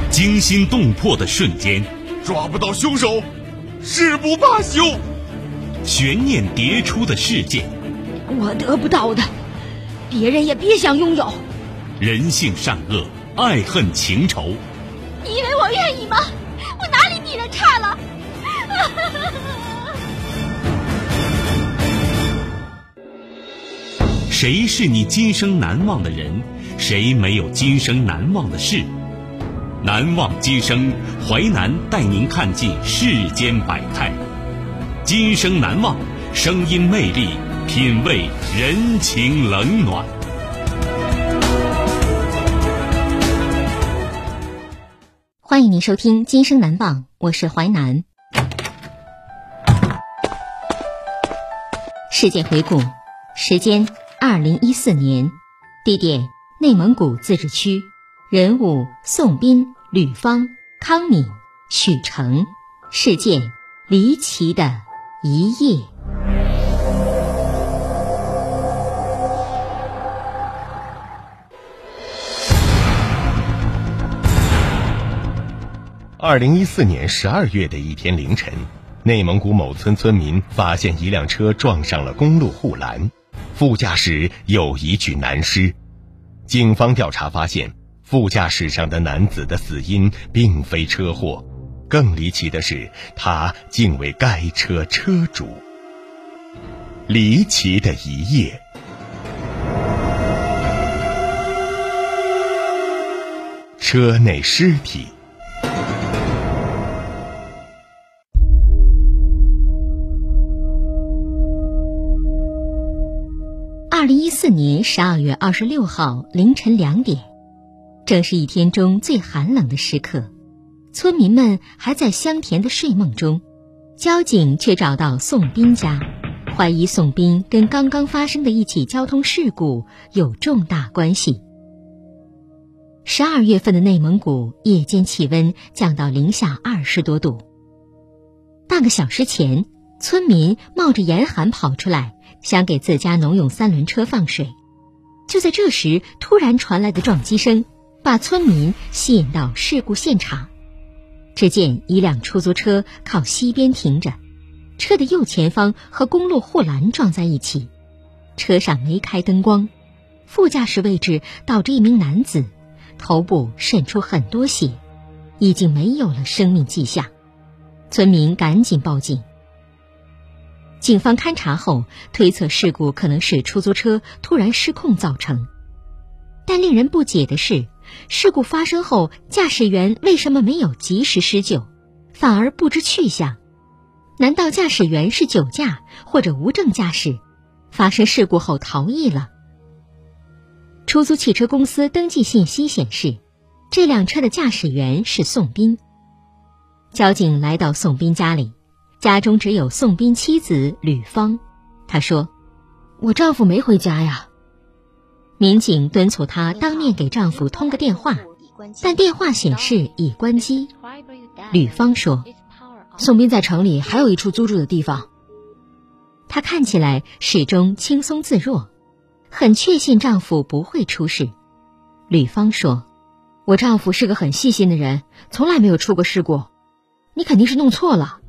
惊心动魄的瞬间， 抓不到凶手，誓不罢休。 悬念迭出的事件， 我得不到的，别人也别想拥有。 人性善恶，爱恨情仇。 你以为我愿意吗？我哪里比人差了？ 谁是你今生难忘的人？谁没有今生难忘的事？难忘今生，淮南带您看尽世间百态。今生难忘，声音魅力，品味人情冷暖。 欢迎您收听《今生难忘》，我是淮南。事件回顾，时间2014年，地点内蒙古自治区，人物宋斌、吕方、康敏、许成，事件离奇的一夜。 2014年12月的一天凌晨，内蒙古某村村民发现一辆车撞上了公路护栏，副驾驶有一具男尸。警方调查发现，副驾驶上的男子的死因并非车祸，更离奇的是，他竟为该车车主。离奇的一夜。车内尸体。 2014年12月26号凌晨2点，正是一天中最寒冷的时刻，村民们还在香甜的睡梦中，交警却找到宋斌家，怀疑宋斌跟刚刚发生的一起交通事故有重大关系。12月份的内蒙古夜间气温降到零下20多度。半个小时前，村民冒着严寒跑出来，想给自家农用3轮车放水。就在这时，突然传来的撞击声把村民吸引到事故现场。只见一辆出租车靠西边停着，车的右前方和公路护栏撞在一起，车上没开灯光，副驾驶位置倒着一名男子，头部渗出很多血，已经没有了生命迹象。村民赶紧报警。警方勘查后推测事故可能是出租车突然失控造成，但令人不解的是，事故发生后驾驶员为什么没有及时施救，反而不知去向？难道驾驶员是酒驾或者无证驾驶，发生事故后逃逸了？出租汽车公司登记信息显示，这辆车的驾驶员是宋斌。交警来到宋斌家里，家中只有宋斌妻子吕方。她说：“我丈夫没回家呀。”民警敦促她当面给丈夫通个电话，但电话显示已关机。吕方说：“ 宋斌在城里还有一处租住的地方。” 她看起来始终轻松自若，很确信丈夫不会出事。吕方说：“ 我丈夫是个很细心的人，从来没有出过事故，你肯定是弄错了。”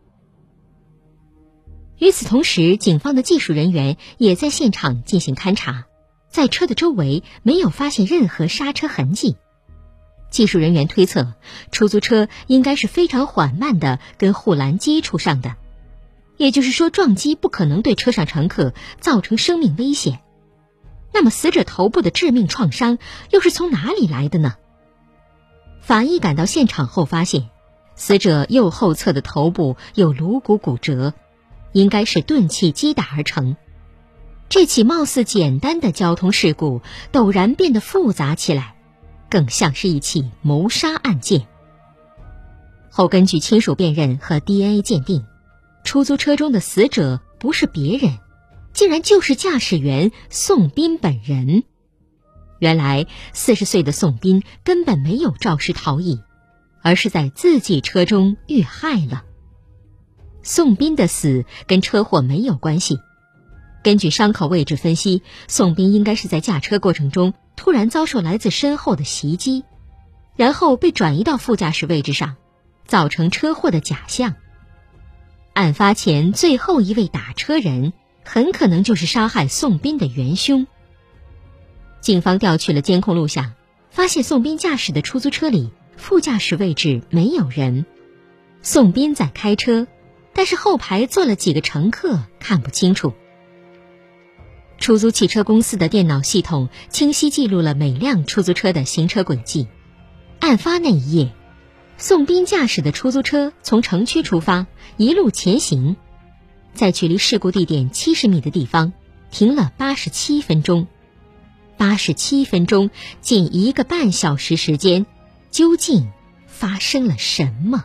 与此同时，警方的技术人员也在现场进行勘查，在车的周围没有发现任何刹车痕迹。技术人员推测，出租车应该是非常缓慢地跟护栏接触上的，也就是说，撞击不可能对车上乘客造成生命危险。那么死者头部的致命创伤又是从哪里来的呢？法医赶到现场后发现，死者右后侧的头部有颅骨骨折，应该是钝器击打而成。这起貌似简单的交通事故陡然变得复杂起来，更像是一起谋杀案件。后根据亲属辨认和 DNA 鉴定，出租车中的死者不是别人，竟然就是驾驶员宋斌本人。原来40岁的宋斌根本没有肇事逃逸，而是在自己车中遇害了。宋斌的死跟车祸没有关系。根据伤口位置分析，宋斌应该是在驾车过程中突然遭受来自身后的袭击。 然后被转移到副驾驶位置上，造成车祸的假象。案发前最后一位打车人很可能就是杀害宋斌的元凶。警方调取了监控录像，发现宋斌驾驶的出租车里副驾驶位置没有人，宋斌在开车，但是后排坐了几个乘客看不清楚。出租汽车公司的电脑系统清晰记录了每辆出租车的行车轨迹。案发那一夜，宋斌驾驶的出租车从城区出发，一路前行，在距离事故地点70米的地方停了87分钟。87分钟，近1个半小时时间，究竟发生了什么？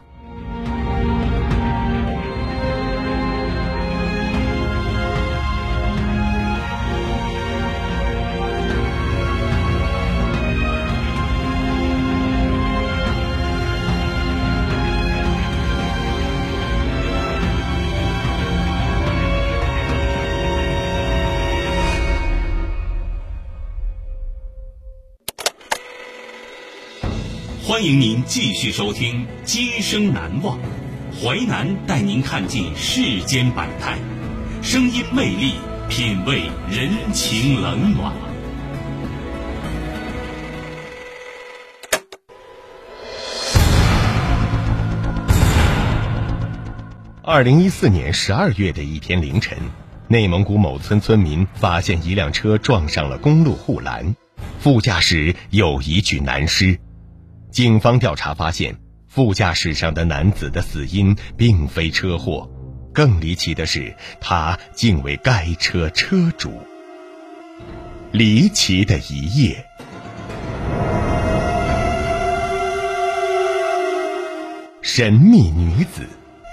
欢迎您继续收听《今生难忘》，淮南带您看尽世间百态，声音魅力，品味人情冷暖。 2014年12月的一天凌晨，内蒙古某村村民发现一辆车撞上了公路护栏，副驾驶有一具男尸。警方调查发现，副驾驶上的男子的死因并非车祸，更离奇的是，他竟为该车车主。离奇的一夜。神秘女子。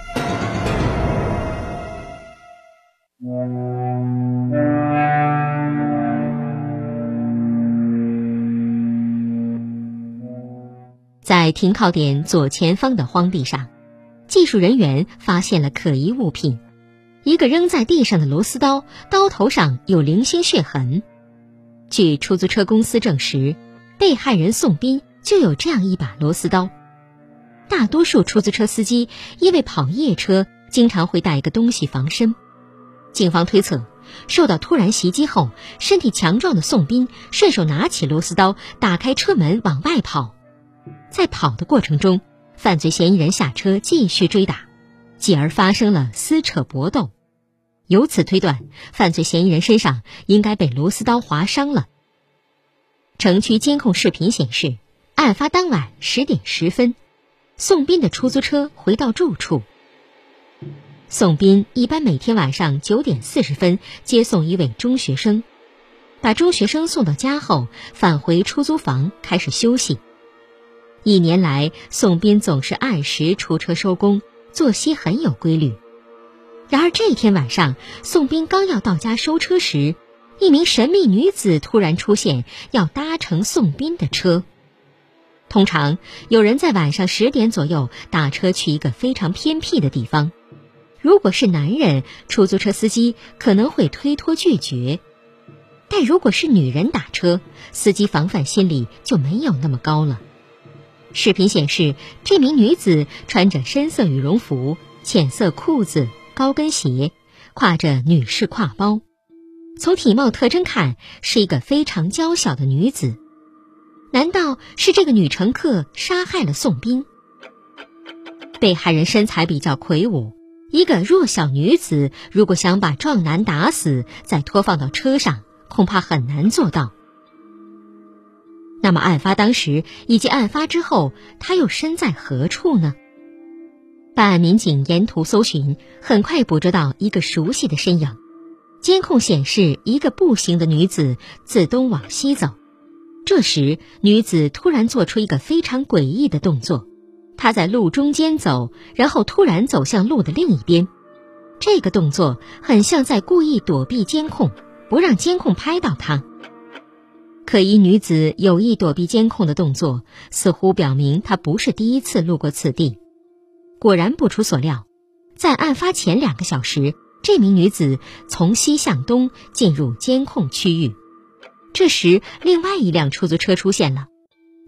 在停靠点左前方的荒地上，技术人员发现了可疑物品，一个扔在地上的螺丝刀，刀头上有零星血痕。据出租车公司证实，被害人宋斌就有这样一把螺丝刀。大多数出租车司机因为跑夜车，经常会带一个东西防身。警方推测，受到突然袭击后，身体强壮的宋斌顺手拿起螺丝刀，打开车门往外跑。在跑的过程中，犯罪嫌疑人下车继续追打，继而发生了撕扯搏斗。由此推断，犯罪嫌疑人身上应该被螺丝刀划伤了。城区监控视频显示，案发当晚10点10分，宋斌的出租车回到住处。宋斌一般每天晚上9点40分接送一位中学生，把中学生送到家后，返回出租房开始休息。1年来，宋斌总是按时出车收工，作息很有规律。然而这一天晚上，宋斌刚要到家收车时，一名神秘女子突然出现，要搭乘宋斌的车。通常有人在晚上10点左右打车去一个非常偏僻的地方，如果是男人，出租车司机可能会推脱拒绝，但如果是女人打车，司机防范心理就没有那么高了。视频显示，这名女子穿着深色羽绒服、浅色裤子、高跟鞋，挎着女士挎包。从体貌特征看，是一个非常娇小的女子。难道是这个女乘客杀害了宋斌？被害人身材比较魁梧，一个弱小女子如果想把壮男打死，再拖放到车上，恐怕很难做到。那么案发当时以及案发之后，他又身在何处呢？办案民警沿途搜寻，很快捕捉到一个熟悉的身影。监控显示，一个步行的女子自东往西走。这时，女子突然做出一个非常诡异的动作，她在路中间走，然后突然走向路的另一边。这个动作很像在故意躲避监控，不让监控拍到她。可疑女子有意躲避监控的动作，似乎表明她不是第一次路过此地。果然不出所料，在案发前2个小时，这名女子从西向东进入监控区域。这时，另外一辆出租车出现了，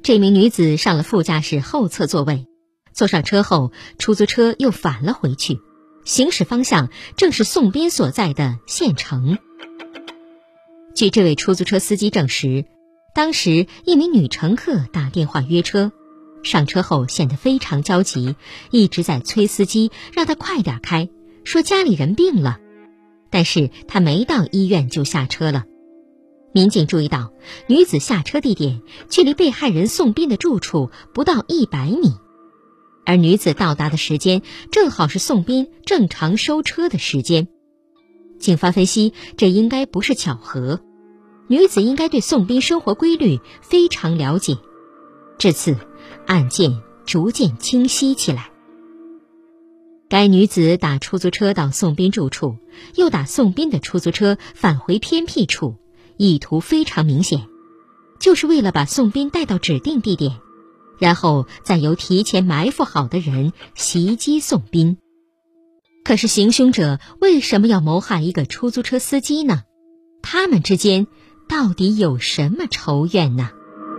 这名女子上了副驾驶后侧座位，坐上车后，出租车又返了回去，行驶方向正是宋斌所在的县城。据这位出租车司机证实，当时一名女乘客打电话约车，上车后显得非常焦急，一直在催司机让他快点开，说家里人病了。但是他没到医院就下车了。民警注意到，女子下车地点距离被害人宋斌的住处不到100米，而女子到达的时间正好是宋斌正常收车的时间。警方分析，这应该不是巧合，女子应该对宋斌生活规律非常了解。至此，案件逐渐清晰起来。该女子打出租车到宋斌住处，又打宋斌的出租车返回偏僻处，意图非常明显，就是为了把宋斌带到指定地点，然后再由提前埋伏好的人袭击宋斌。可是行凶者为什么要谋害一个出租车司机呢？他们之间到底有什么仇怨呢？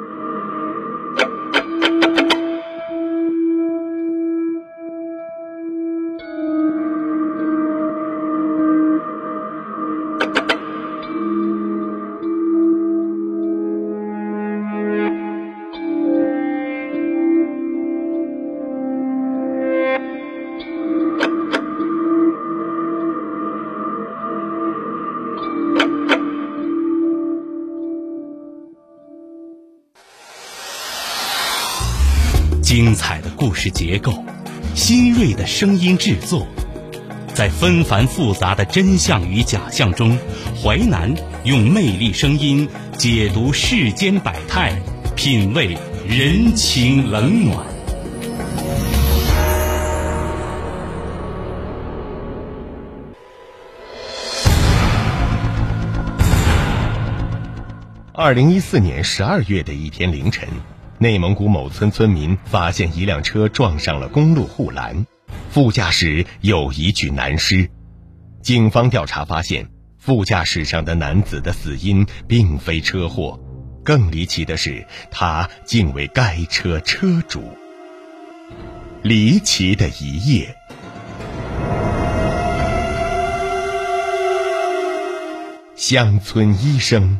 精彩的故事结构，新锐的声音制作，在纷繁复杂的真相与假象中，淮南用魅力声音解读世间百态，品味人情冷暖。 2014年12月的一天凌晨，内蒙古某村村民发现一辆车撞上了公路护栏，副驾驶有一具男尸。警方调查发现，副驾驶上的男子的死因并非车祸，更离奇的是，他竟为该车车主。离奇的一夜。乡村医生。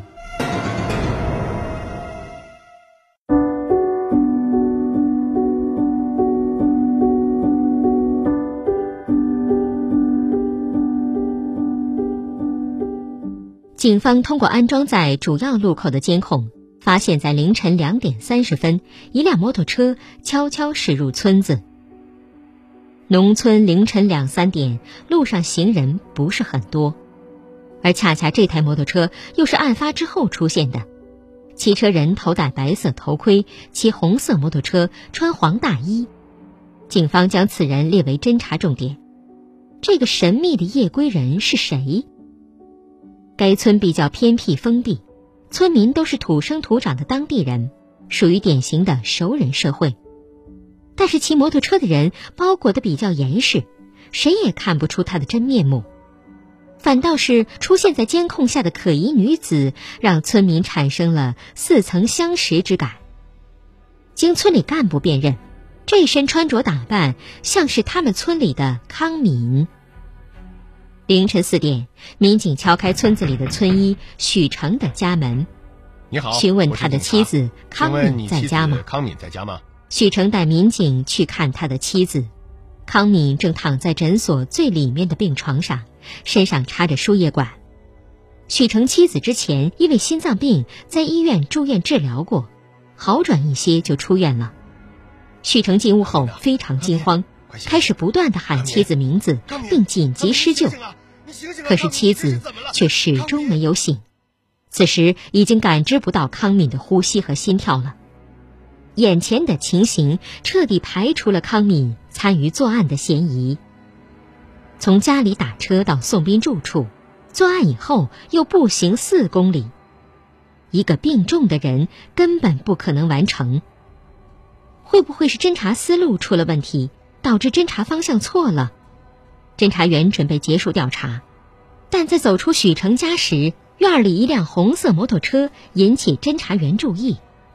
警方通过安装在主要路口的监控，发现在凌晨2点30分，一辆摩托车悄悄驶入村子。农村凌晨2、3点，路上行人不是很多，而恰恰这台摩托车又是案发之后出现的。骑车人头戴白色头盔，骑红色摩托车，穿黄大衣。警方将此人列为侦查重点。这个神秘的夜归人是谁？该村比较偏僻封闭，村民都是土生土长的当地人，属于典型的熟人社会。但是骑摩托车的人包裹得比较严实，谁也看不出他的真面目。反倒是出现在监控下的可疑女子，让村民产生了似曾相识之感。经村里干部辨认，这身穿着打扮像是他们村里的康敏。凌晨4点，民警敲开村子里的村医许成的家门。 你好， 询问他的妻子康敏在家吗？ 康敏在家吗？ 许成带民警去看他的妻子。康敏正躺在诊所最里面的病床上，身上插着输液管。许成妻子之前因为心脏病在医院住院治疗过，好转一些就出院了。许成进屋后非常惊慌，开始不断地喊妻子名字，并紧急施救。可是妻子却始终没有醒，此时已经感知不到康敏的呼吸和心跳了。眼前的情形彻底排除了康敏参与作案的嫌疑。从家里打车到宋斌住处，作案以后又步行4公里，一个病重的人根本不可能完成。会不会是侦查思路出了问题，导致侦查方向错了？侦查员准备结束调查，但在走出许成家时，院里一辆红色摩托车引起侦查员注意。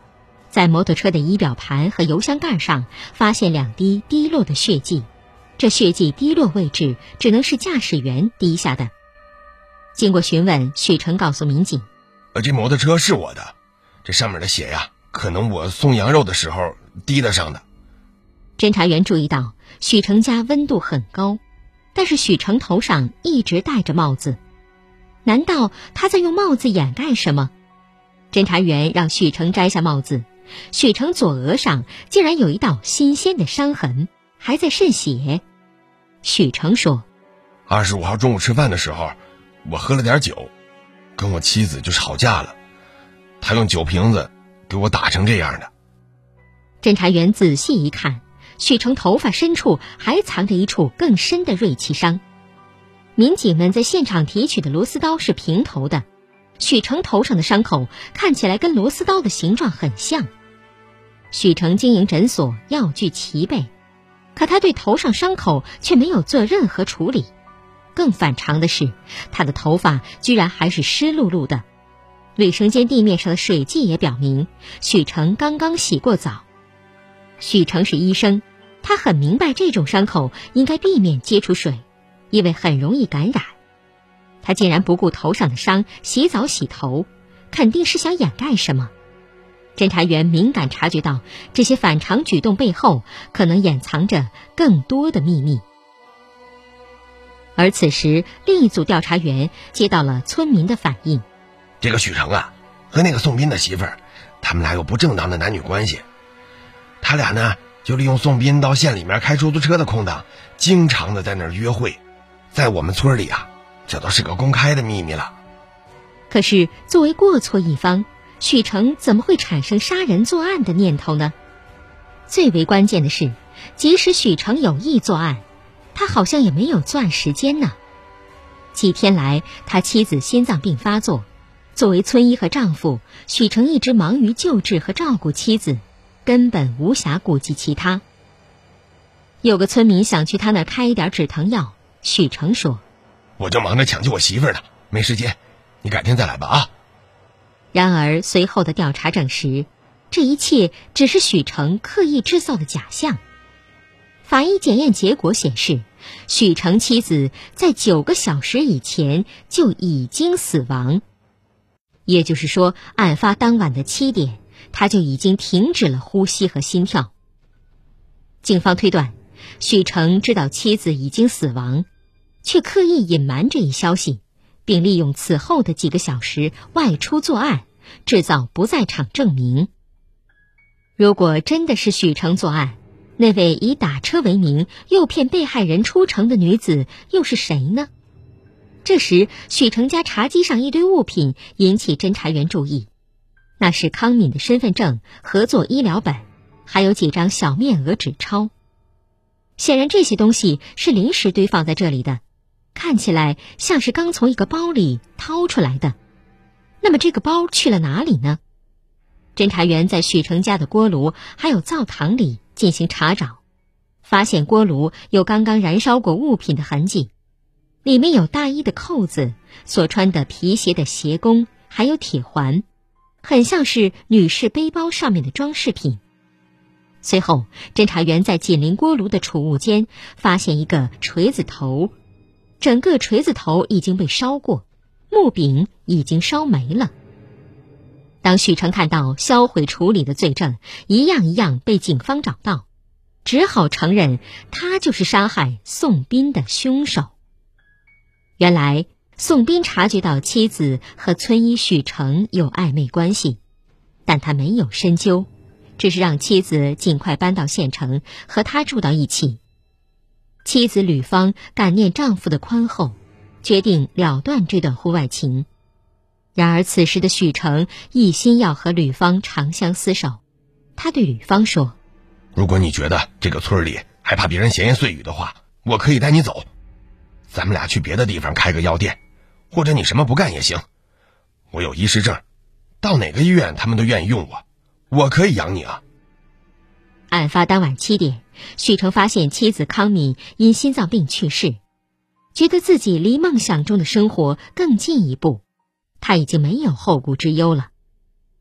在摩托车的仪表盘和油箱盖上发现2滴滴落的血迹，这血迹滴落位置只能是驾驶员滴下的。经过询问，许成告诉民警， 这摩托车是我的，这上面的血呀，可能我送羊肉的时候滴得上的。 侦查员注意到许成家温度很高，但是许成头上一直戴着帽子，难道他在用帽子掩盖什么？侦查员让许成摘下帽子，许成左额上竟然有一道新鲜的伤痕，还在渗血。许成说 ，25号中午吃饭的时候，我喝了点酒，跟我妻子就吵架了，他用酒瓶子给我打成这样的。 侦查员仔细一看，许成头发深处还藏着一处更深的锐器伤。民警们在现场提取的螺丝刀是平头的，许成头上的伤口看起来跟螺丝刀的形状很像。许成经营诊所，药具齐备，可他对头上伤口却没有做任何处理。更反常的是，他的头发居然还是湿漉漉的。卫生间地面上的水迹也表明，许成刚刚洗过澡。许成是医生，他很明白这种伤口应该避免接触水，因为很容易感染。他竟然不顾头上的伤洗澡洗头，肯定是想掩盖什么。侦查员敏感察觉到这些反常举动背后可能掩藏着更多的秘密。而此时另一组调查员接到了村民的反映， 这个许成啊和那个宋斌的媳妇儿，他们俩有不正当的男女关系。他俩呢就利用宋斌到县里面开出租车的空档，经常的在那儿约会，在我们村里啊，这都是个公开的秘密了。 可是作为过错一方，许成怎么会产生杀人作案的念头呢？最为关键的是，即使许成有意作案，他好像也没有作案时间呢。几天来，他妻子心脏病发作，作为村医和丈夫，许成一直忙于救治和照顾妻子，根本无暇顾及其他。有个村民想去他那儿开一点止疼药，许成说， 我就忙着抢救我媳妇儿呢，没时间，你改天再来吧啊。 然而随后的调查证实，这一切只是许成刻意制造的假象。法医检验结果显示，许成妻子在9个小时以前就已经死亡，也就是说，案发当晚的7点，他就已经停止了呼吸和心跳。警方推断，许成知道妻子已经死亡，却刻意隐瞒这一消息，并利用此后的几个小时外出作案，制造不在场证明。如果真的是许成作案，那位以打车为名诱骗被害人出城的女子又是谁呢？这时，许成家茶几上一堆物品引起侦查员注意，那是康敏的身份证、合作医疗本，还有几张小面额纸钞。显然这些东西是临时堆放在这里的，看起来像是刚从一个包里掏出来的。那么这个包去了哪里呢？侦查员在许成家的锅炉还有灶堂里进行查找，发现锅炉有刚刚燃烧过物品的痕迹，里面有大衣的扣子、所穿的皮鞋的鞋弓，还有铁环，很像是女士背包上面的装饰品。随后，侦查员在紧邻锅炉的储物间发现一个锤子头，整个锤子头已经被烧过，木柄已经烧没了。当许成看到销毁处理的罪证一样一样被警方找到，只好承认他就是杀害宋斌的凶手。原来宋斌察觉到妻子和村医许成有暧昧关系，但他没有深究，只是让妻子尽快搬到县城和他住到一起。妻子吕芳感念丈夫的宽厚，决定了断这段婚外情。然而此时的许成一心要和吕芳长相厮守，他对吕芳说， 如果你觉得这个村里还怕别人闲言碎语的话，我可以带你走，咱们俩去别的地方开个药店，或者你什么不干也行，我有医师证，到哪个医院他们都愿意用我可以养你啊。 案发当晚7点，许成发现妻子康敏因心脏病去世，觉得自己离梦想中的生活更进一步，他已经没有后顾之忧了。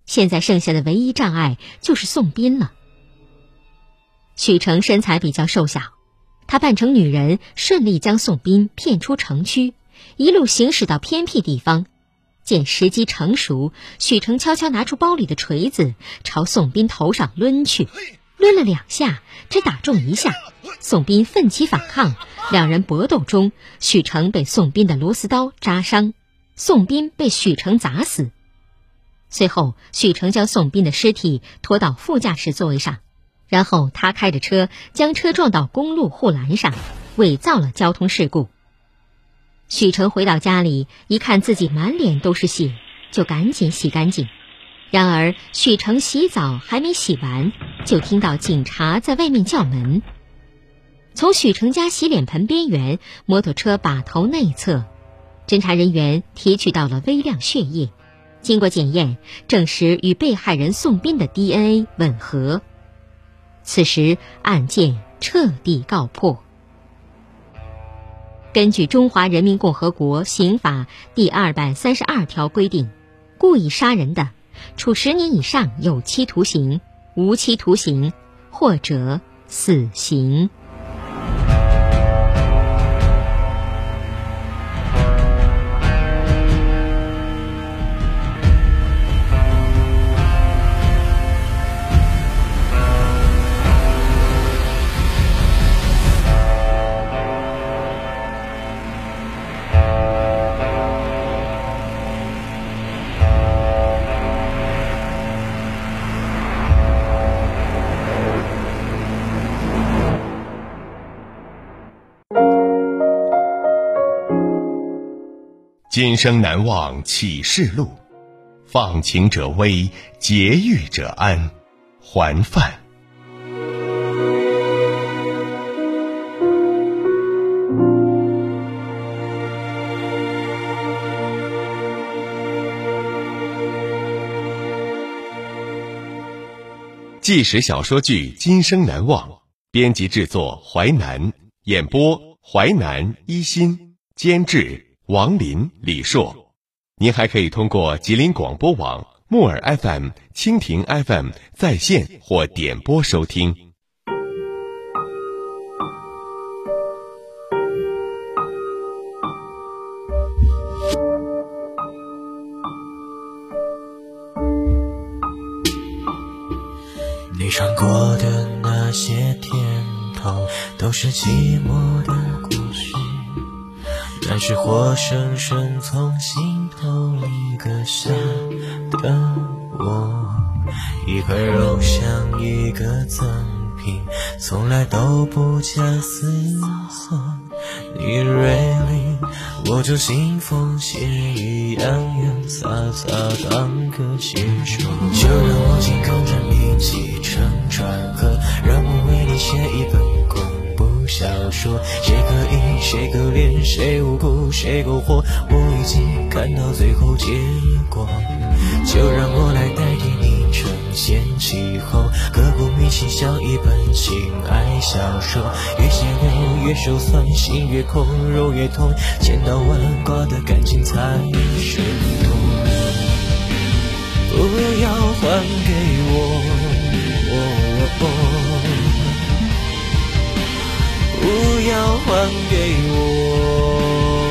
现在剩下的唯一障碍就是宋斌了。许成身材比较瘦小，他扮成女人，顺利将宋斌骗出城区，一路行驶到偏僻地方。见时机成熟，许成悄悄拿出包里的锤子，朝宋斌头上抡去。抡了2下，只打中1下。宋斌奋起反抗，两人搏斗中，许成被宋斌的螺丝刀扎伤，宋斌被许成砸死。随后，许成将宋斌的尸体拖到副驾驶座位上，然后他开着车将车撞到公路护栏上，伪造了交通事故。许成回到家里，一看自己满脸都是血，就赶紧洗干净。然而许成洗澡还没洗完，就听到警察在外面叫门。从许成家洗脸盆边缘，摩托车把头内侧，侦查人员提取到了微量血液，经过检验，证实与被害人宋斌的 DNA 吻合。此时案件彻底告破。根据中华人民共和国刑法第232条规定，故意杀人的，处10年以上有期徒刑、无期徒刑或者死刑。 今生难忘启示录，放情者危，劫狱者安，还饭。纪实小说剧《今生难忘》，编辑制作淮南，演播淮南一心，监制王林、李硕。您还可以通过吉林广播网、木耳 FM、蜻蜓 FM 在线或点播收听。 你穿过的那些天头，都是寂寞的故事，那是活生生从心头里割下的我，一块肉像一个赠品，从来都不假思索。你锐利，我就腥风血雨，洋洋洒洒当个写手。就让我紧跟着你起承转合，让我为你写一本恐怖小说。谁可疑，谁可怜，谁无辜，谁苟活，我已经看到最后结果。就让我来代替你承先启后，刻骨铭心像一本情爱小说。越血流越手酸，心越空，肉越痛，千刀万剐的感情才生动。不要还给我，不要还给我。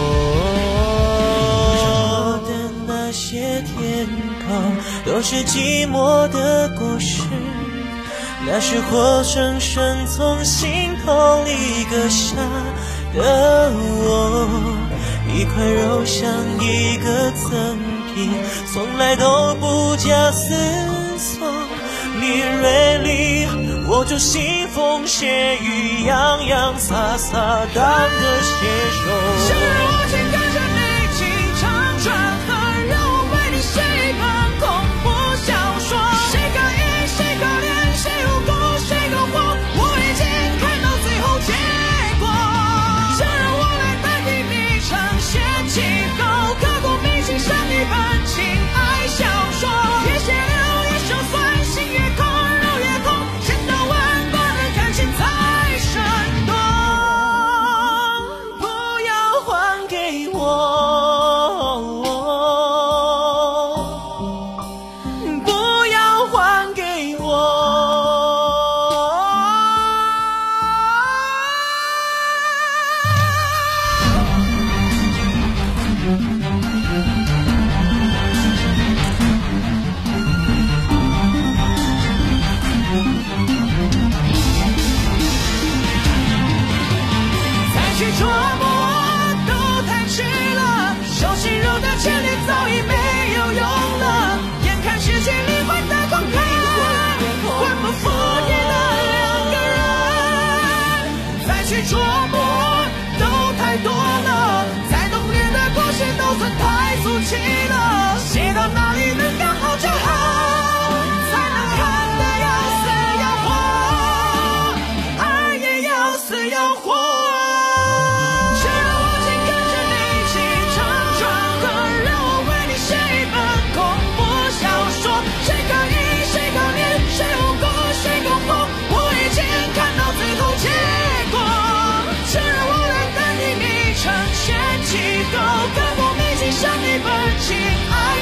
我的那些天堂，都是寂寞的果实，那是活生生从心头里割下的我，一块肉像一个赠品，从来都不假思索。你锐利，我就腥风血雨，洋洋洒洒当个写手。想让我紧跟着你起承转合，让我为你写一本恐怖小说。谁可疑，谁可怜，谁无辜，谁苟活，我已经看到最后结果。想让我来代替你承先启后，刻骨铭心像一本情爱小说。越血流越手酸，心越空，肉越痛，千刀万剐的感情才生动。不要还给我，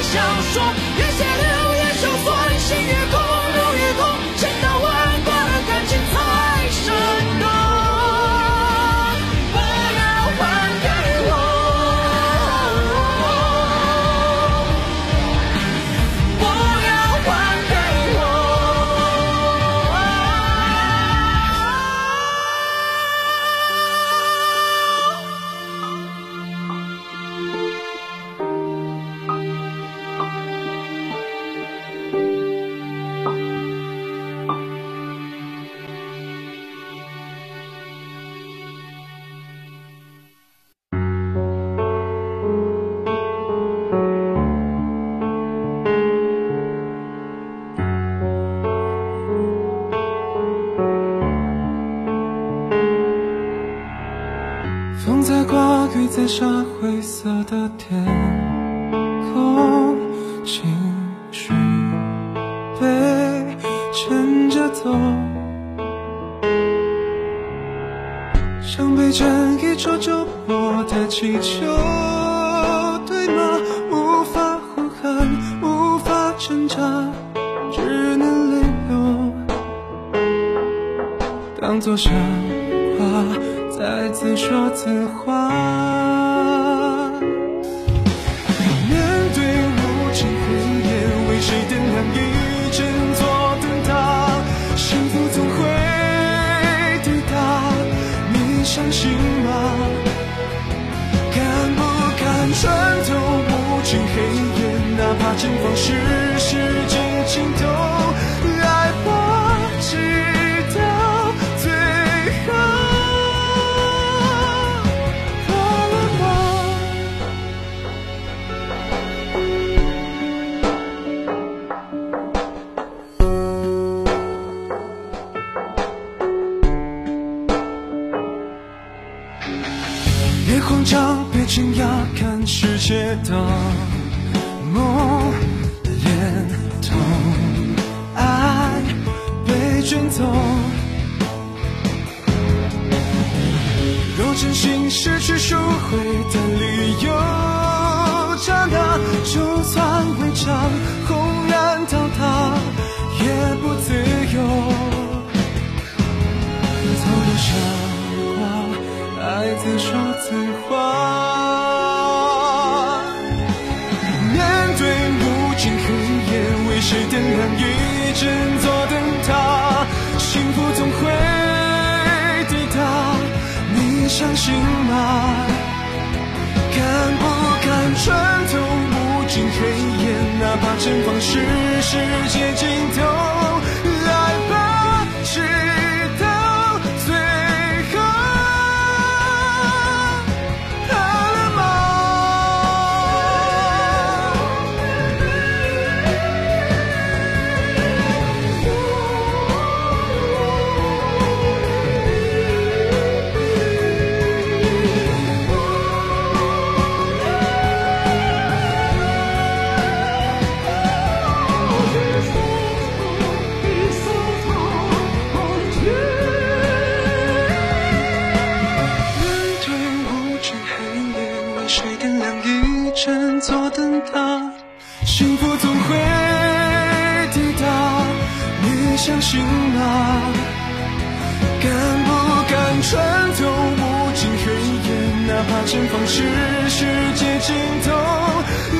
想说，越血流越手酸，心越痛路越痛，千刀万剐的感情才生动。不要还给我，不要还给我。 风在刮，雨在沙，灰色的天空，情绪被牵着走，像被针一戳就破的气球，对吗？无法呼喊，无法挣扎，只能泪流，当作神话在自说自话。面对无尽黑夜，为谁点亮一整座灯塔？幸福总会抵达，你相信吗？敢不敢穿透无尽黑夜，哪怕前方是世界尽头，来吧，直到最后。别慌张，别惊讶，看世界的梦，连同爱被卷走。若真心失去赎回的理由，刹那就算围墙轰然倒塌，也不自由。走入傻瓜，爱自说自话。面对无尽黑夜，为谁点亮一整座灯塔？幸福总会抵达，你相信吗？敢不敢穿透无尽黑夜，哪怕前方是世界尽头，来吧，直到最后。怕了吗？整座灯塔，幸福总会抵达，你相信吗？敢不敢穿透无尽黑夜，哪怕前方是世界尽头，